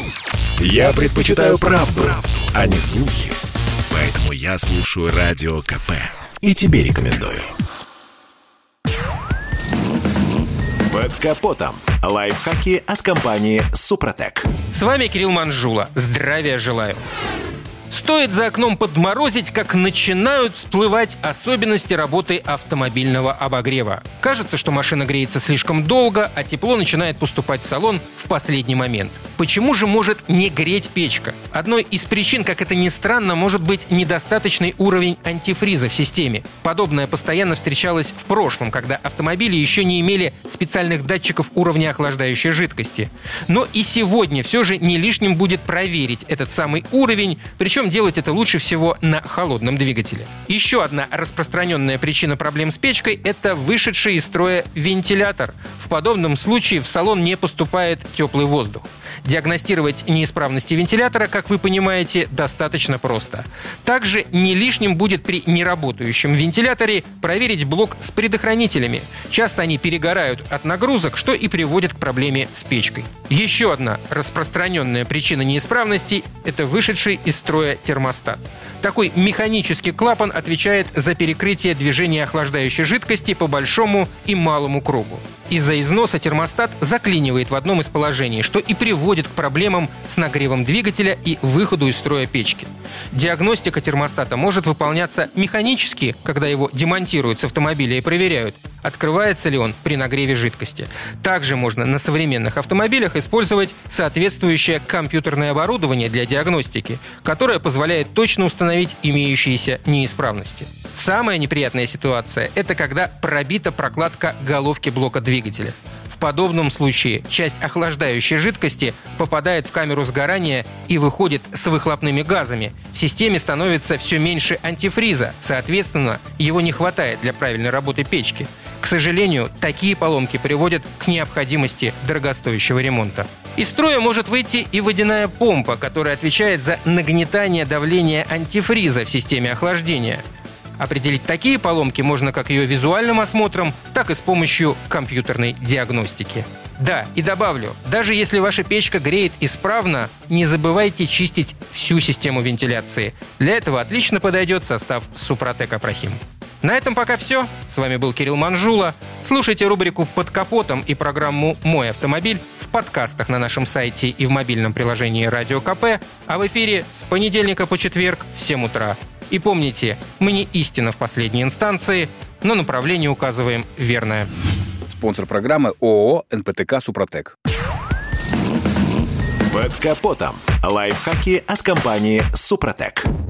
Я предпочитаю правду, а не слухи. Поэтому я слушаю Радио КП. И тебе рекомендую. Под капотом. Лайфхаки от компании «Супротек». С вами Кирилл Манжула. Здравия желаю. Стоит за окном подморозить, как начинают всплывать особенности работы автомобильного обогрева. Кажется, что машина греется слишком долго, а тепло начинает поступать в салон в последний момент. Почему же может не греть печка? Одной из причин, как это ни странно, может быть недостаточный уровень антифриза в системе. Подобное постоянно встречалось в прошлом, когда автомобили еще не имели специальных датчиков уровня охлаждающей жидкости. Но и сегодня все же не лишним будет проверить этот самый уровень, причем делать это лучше всего на холодном двигателе. Еще одна распространенная причина проблем с печкой – это вышедший из строя вентилятор. В подобном случае в салон не поступает теплый воздух. Диагностировать неисправности вентилятора, как вы понимаете, достаточно просто. Также не лишним будет при неработающем вентиляторе проверить блок с предохранителями. Часто они перегорают от нагрузок, что и приводит к проблеме с печкой. Еще одна распространенная причина неисправности – это вышедший из строя термостат. Такой механический клапан отвечает за перекрытие движения охлаждающей жидкости по большому и малому кругу. Из-за износа термостат заклинивает в одном из положений, что и приводит к проблемам с нагревом двигателя и выходу из строя печки. Диагностика термостата может выполняться механически, когда его демонтируют с автомобиля и проверяют, открывается ли он при нагреве жидкости. Также можно на современных автомобилях использовать соответствующее компьютерное оборудование для диагностики, которое позволяет точно установить имеющиеся неисправности. Самая неприятная ситуация – это когда пробита прокладка головки блока двигателя. В подобном случае часть охлаждающей жидкости попадает в камеру сгорания и выходит с выхлопными газами. В системе становится все меньше антифриза, соответственно, его не хватает для правильной работы печки. К сожалению, такие поломки приводят к необходимости дорогостоящего ремонта. Из строя может выйти и водяная помпа, которая отвечает за нагнетание давления антифриза в системе охлаждения. Определить такие поломки можно как ее визуальным осмотром, так и с помощью компьютерной диагностики. Да, и добавлю, даже если ваша печка греет исправно, не забывайте чистить всю систему вентиляции. Для этого отлично подойдет состав «Супротек Апрахим». На этом пока все. С вами был Кирилл Манжула. Слушайте рубрику «Под капотом» и программу «Мой автомобиль» в подкастах на нашем сайте и в мобильном приложении Радио КП, а в эфире с понедельника по четверг в 7 утра. И помните, мы не истина в последней инстанции, но направление указываем верное. Спонсор программы ООО «НПТК Супротек». Под капотом. Лайфхаки от компании «Супротек».